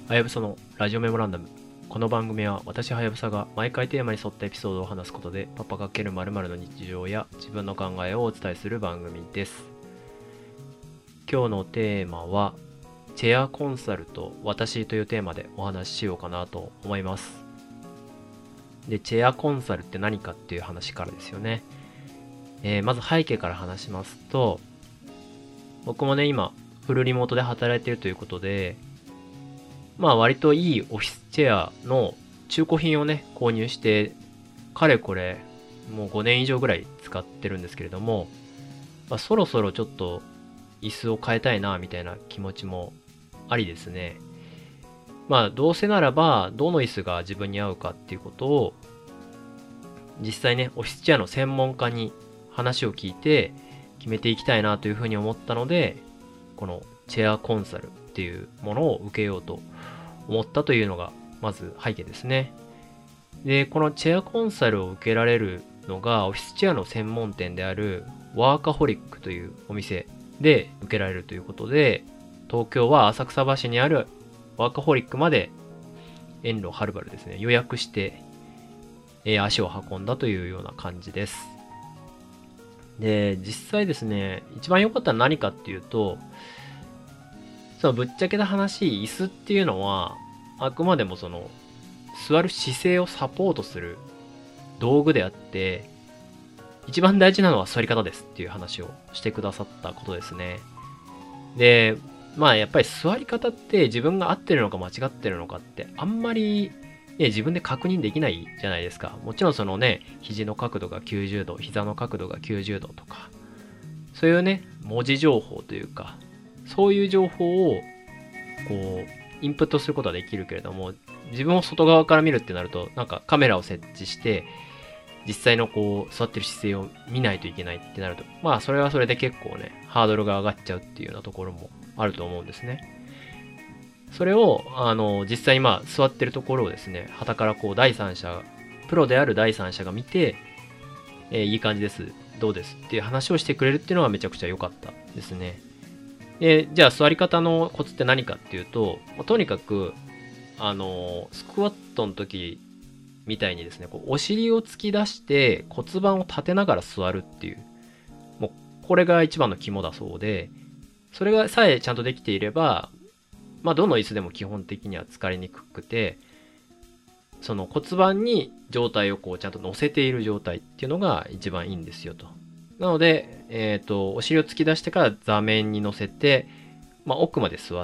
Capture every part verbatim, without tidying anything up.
はやぶさのラジオメモランダム。この番組は私はやぶさが毎回テーマに沿ったエピソードを話すことでパパ×〇〇の日常や自分の考えをお伝えする番組です。今日のテーマはチェアコンサルと私というテーマでお話ししようかなと思います。で、チェアコンサルって何かっていう話からですよね。えー、まず背景から話しますと、僕もね今フルリモートで働いているということで、まあ割といいオフィスチェアの中古品をね購入して、かれこれもうごねん以上ぐらい使ってるんですけれども、まあ、そろそろちょっと椅子を変えたいなみたいな気持ちもありですね。まあどうせならばどの椅子が自分に合うかっていうことを実際ねオフィスチェアの専門家に話を聞いて決めていきたいなというふうに思ったので、このチェアコンサルっていうものを受けようと思ったというのがまず背景ですね。で、このチェアコンサルを受けられるのがオフィスチェアの専門店であるワーカホリックというお店で受けられるということで、東京は浅草橋にあるワーカホリックまで遠路はるばるですね予約して、えー、足を運んだというような感じです。で、実際ですね一番良かったのは何かっていうと、そのぶっちゃけた話、椅子っていうのはあくまでもその座る姿勢をサポートする道具であって、一番大事なのは座り方ですっていう話をしてくださったことですね。で、まあやっぱり座り方って自分が合ってるのか間違ってるのかってあんまり、ね、自分で確認できないじゃないですか。もちろんそのね、肘の角度がきゅうじゅうど、膝の角度がきゅうじゅうどとか、そういうね、文字情報というか、そういう情報をこうインプットすることはできるけれども、自分を外側から見るってなると、なんかカメラを設置して実際のこう座ってる姿勢を見ないといけないってなると、まあそれはそれで結構ねハードルが上がっちゃうっていうようなところもあると思うんですね。それをあの実際にまあ座ってるところをですね、傍からこう第三者、プロである第三者が見て、えー、いい感じです、どうですっていう話をしてくれるっていうのがめちゃくちゃ良かったですね。で、じゃあ座り方のコツって何かっていうと、とにかくあのスクワットの時みたいにですね、こうお尻を突き出して骨盤を立てながら座るっていう、もうこれが一番の肝だそうで、それがさえちゃんとできていれば、まあどの椅子でも基本的には疲れにくくて、その骨盤に上体をこうちゃんと乗せている状態っていうのが一番いいんですよと。なので、えっと、お尻を突き出してから座面に乗せて、まあ、奥まで座って、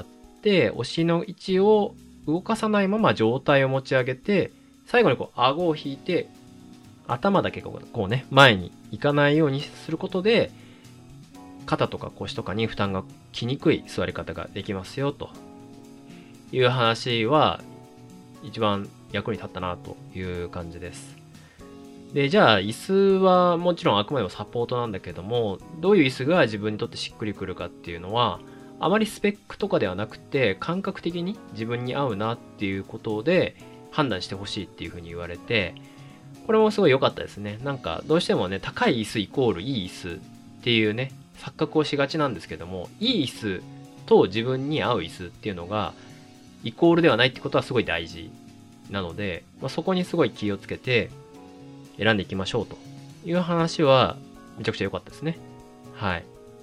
お尻の位置を動かさないまま上体を持ち上げて、最後にこう顎を引いて、頭だけこうこうね、前に行かないようにすることで、肩とか腰とかに負担がきにくい座り方ができますよという話は、一番役に立ったなという感じです。で、じゃあ椅子はもちろんあくまでもサポートなんだけども、どういう椅子が自分にとってしっくりくるかっていうのは、あまりスペックとかではなくて感覚的に自分に合うなっていうことで判断してほしいっていうふうに言われて、これもすごい良かったですね。なんかどうしてもね、高い椅子イコールいい椅子っていうね錯覚をしがちなんですけども、いい椅子と自分に合う椅子っていうのがイコールではないってことはすごい大事なので、まあ、そこにすごい気をつけて選んでいきましょうという話はめちゃくちゃ良かったですね。はい。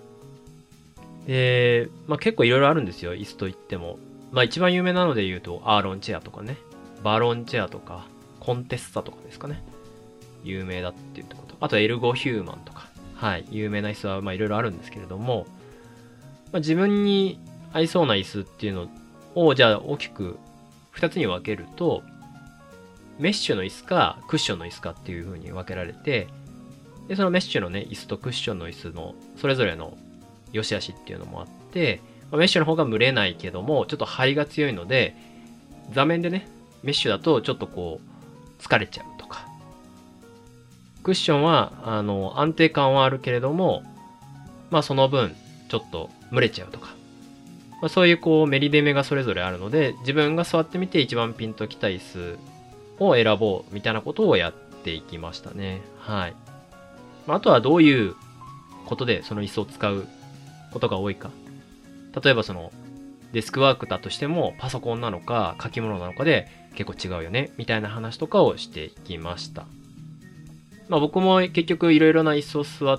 で、まあ、結構いろいろあるんですよ、椅子といっても。まあ一番有名なので言うとアーロンチェアとかね、バロンチェアとかコンテッサとかですかね、有名だっていうところと、あとエルゴヒューマンとか、はい、有名な椅子はまあいろいろあるんですけれども、まあ、自分に合いそうな椅子っていうのをじゃあ大きくふたつに分けると、メッシュの椅子かクッションの椅子かっていう風に分けられて、でそのメッシュのね椅子とクッションの椅子のそれぞれの良し悪しっていうのもあって、メッシュの方が蒸れないけどもちょっと張りが強いので、座面でねメッシュだとちょっとこう疲れちゃうとか、クッションはあの安定感はあるけれども、まあその分ちょっと蒸れちゃうとか、まあ、そういうこうメリデメがそれぞれあるので、自分が座ってみて一番ピンときた椅子を選ぼうみたいなことをやっていきましたね。はい。あとはどういうことでその椅子を使うことが多いか。例えばそのデスクワークだとしてもパソコンなのか書き物なのかで結構違うよねみたいな話とかをしていきました。まあ僕も結局いろいろな椅子を座って、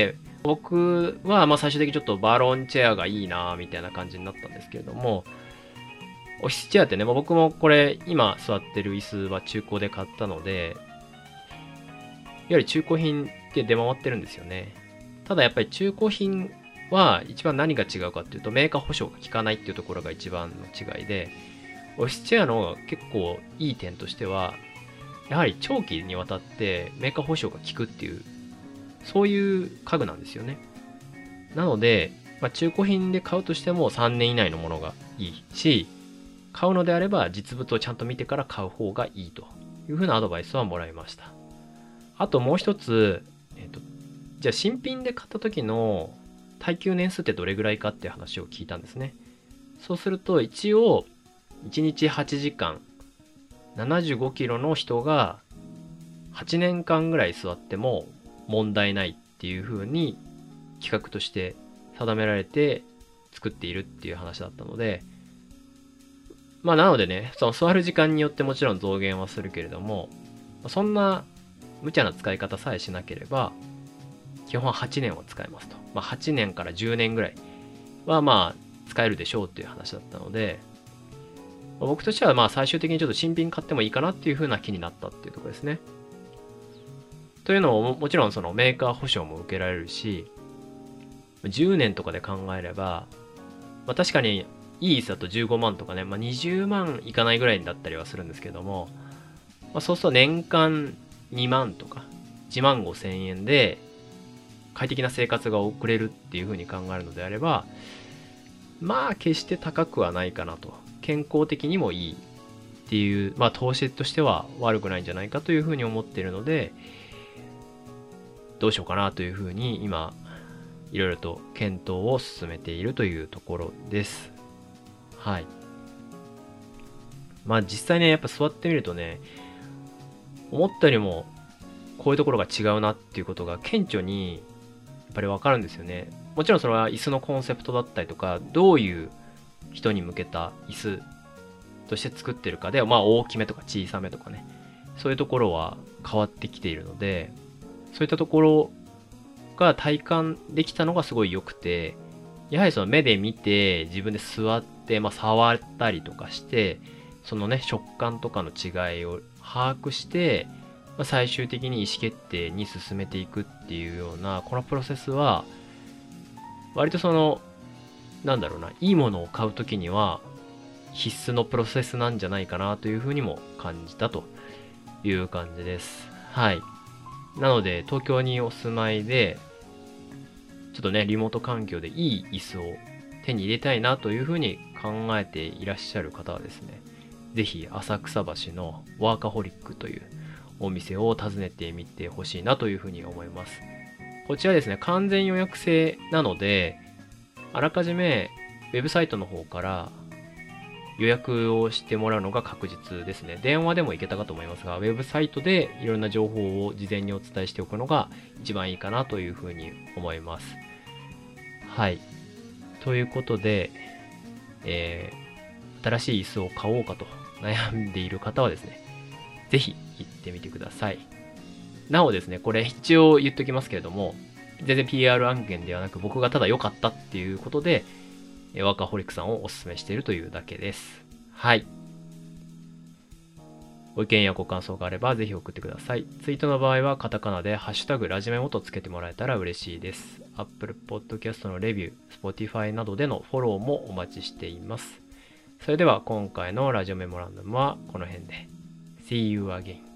僕はまあ最終的にちょっとバロンチェアがいいなみたいな感じになったんですけれども、オフィスチェアってね、まあ、僕もこれ今座ってる椅子は中古で買ったので、いわゆる中古品って出回ってるんですよね。ただやっぱり中古品は一番何が違うかっていうと、メーカー保証が効かないっていうところが一番の違いで、オフィスチェアの結構いい点としては、やはり長期にわたってメーカー保証が効くっていう、そういう家具なんですよね。なので、まあ、中古品で買うとしてもさんねん以内のものがいいし、買うのであれば実物をちゃんと見てから買う方がいいというふうなアドバイスはもらいました。あともう一つ、えっと、じゃあ新品で買った時の耐久年数ってどれぐらいかっていう話を聞いたんですね。そうすると一応いちにちはちじかん、ななじゅうごキロの人がはちねんかんぐらい座っても問題ないっていう風に企画として定められて作っているっていう話だったので、まあなのでね、その座る時間によってもちろん増減はするけれども、そんな無茶な使い方さえしなければ基本はちねんを使えますと。まあはちねんからじゅうねんぐらいはまあ使えるでしょうっていう話だったので、僕としてはまあ最終的にちょっと新品買ってもいいかなっていう風な気になったっていうところですね。というのももちろんそのメーカー保証も受けられるし、じゅうねんとかで考えれば、まあ、確かにいい椅子だとじゅうごまんとかね、まあ、にじゅうまんいかないぐらいだったりはするんですけども、まあ、そうすると年間にまんとかいちまんごせんえんで快適な生活が送れるっていう風に考えるのであれば、まあ決して高くはないかなと。健康的にもいいっていう、まあ投資としては悪くないんじゃないかという風に思っているので、どうしようかなという風に今いろいろと検討を進めているというところです。はい。まあ実際ね、やっぱ座ってみるとね、思ったよりもこういうところが違うなっていうことが顕著にやっぱりわかるんですよね。もちろんそれは椅子のコンセプトだったりとか、どういう人に向けた椅子として作ってるかで、まあ大きめとか小さめとかね、そういうところは変わってきているので、そういったところが体感できたのがすごい良くて、やはりその目で見て自分で座って、まあ、触ったりとかして、そのね食感とかの違いを把握して、まあ、最終的に意思決定に進めていくっていうようなこのプロセスは割とそのなんだろうな、いいものを買うときには必須のプロセスなんじゃないかなというふうにも感じたという感じです。はい。なので東京にお住まいでちょっとねリモート環境でいい椅子を手に入れたいなというふうに考えていらっしゃる方はですね、ぜひ浅草橋のワーカホリックというお店を訪ねてみてほしいなというふうに思います。こちらですね、完全予約制なので、あらかじめウェブサイトの方から予約をしてもらうのが確実ですね。電話でもいけたかと思いますが、ウェブサイトでいろんな情報を事前にお伝えしておくのが一番いいかなというふうに思います。はい。ということで、えー、新しい椅子を買おうかと悩んでいる方はですね、ぜひ行ってみてください。なおですね、これ一応言っときますけれども、全然 ピーアール 案件ではなく僕がただ良かったっていうことで、ワーカーホリックさんをお勧めしているというだけです。はい。ご意見やご感想があればぜひ送ってください。ツイートの場合はカタカナでハッシュタグラジメモとつけてもらえたら嬉しいです。Apple Podcast のレビュー、Spotify などでのフォローもお待ちしています。それでは今回のラジオメモランダムはこの辺で。See you again.